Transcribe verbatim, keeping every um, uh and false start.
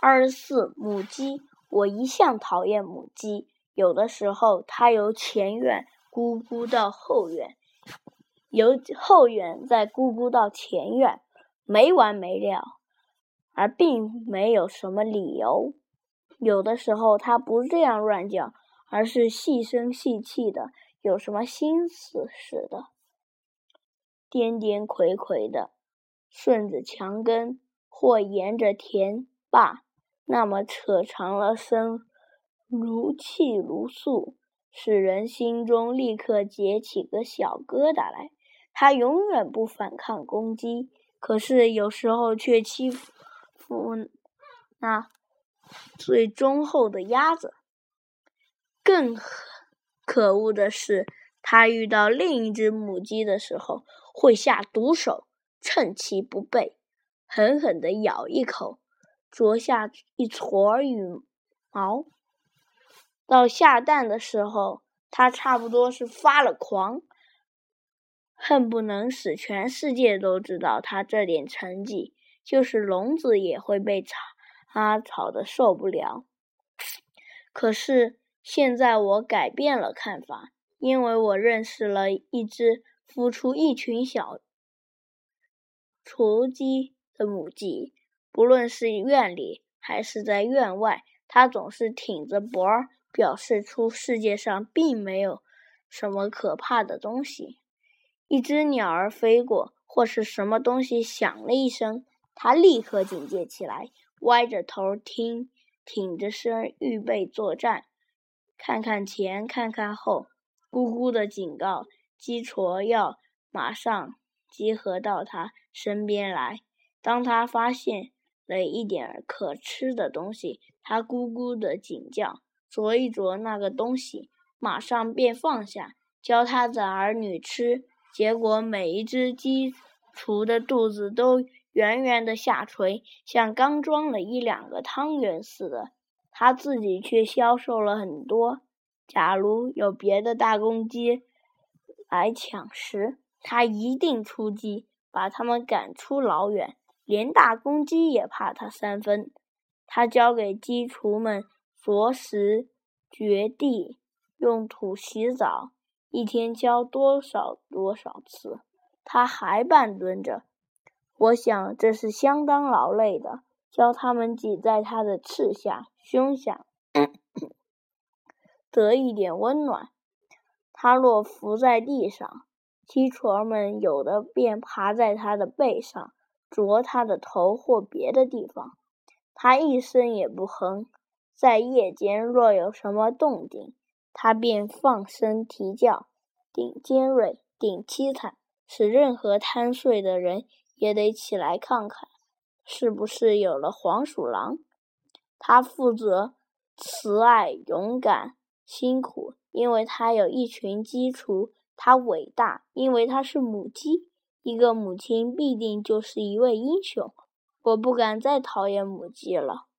二十四母鸡。我一向讨厌母鸡，有的时候它由前院咕咕到后院，由后院再咕咕到前院，没完没了，而并没有什么理由。有的时候它不这样乱叫，而是细声细气的，有什么心思似的，颠颠魁魁的，顺着墙根或沿着田坝，那么扯长了声，如泣如诉，使人心中立刻结起个小疙瘩来。它永远不反抗攻击，可是有时候却欺负那最忠厚的鸭子。更可恶的是，它遇到另一只母鸡的时候，会下毒手，趁其不备，狠狠地咬一口，啄下一撮羽毛。到下蛋的时候，它差不多是发了狂，恨不能使全世界都知道它这点成绩，就是聋子也会被它吵得受不了。可是现在我改变了看法，因为我认识了一只孵出一群小雏鸡的母鸡，不论是院里还是在院外，它总是挺着脖儿，表示出世界上并没有什么可怕的东西。一只鸟儿飞过，或是什么东西响了一声，它立刻警戒起来，歪着头听，挺着身预备作战，看看前看看后，咕咕的警告鸡雏要马上集合到它身边来。当它发现了一点可吃的东西，它咕咕的警叫，啄一啄那个东西，马上便放下，教它的儿女吃。结果每一只鸡雏的肚子都圆圆的下垂，像刚装了一两个汤圆似的，它自己却消瘦了很多。假如有别的大公鸡来抢食，它一定出击，把它们赶出老远，连大公鸡也怕它三分。它教给鸡雏们啄食、掘地、用土洗澡，一天教多少多少次，他还半蹲着。我想这是相当劳累的，教他们挤在他的翅下、胸下，得一点温暖。他若伏在地上，鸡雏们有的便爬在他的背上，啄他的头或别的地方。他一声也不哼，在夜间若有什么动静，他便放声啼叫，顶尖锐，顶凄惨，使任何贪睡的人也得起来看看，是不是有了黄鼠狼。他负责慈爱、勇敢、辛苦，因为他有一群鸡雏。他伟大，因为他是母鸡。一个母亲必定就是一位英雄。我不敢再讨厌母鸡了。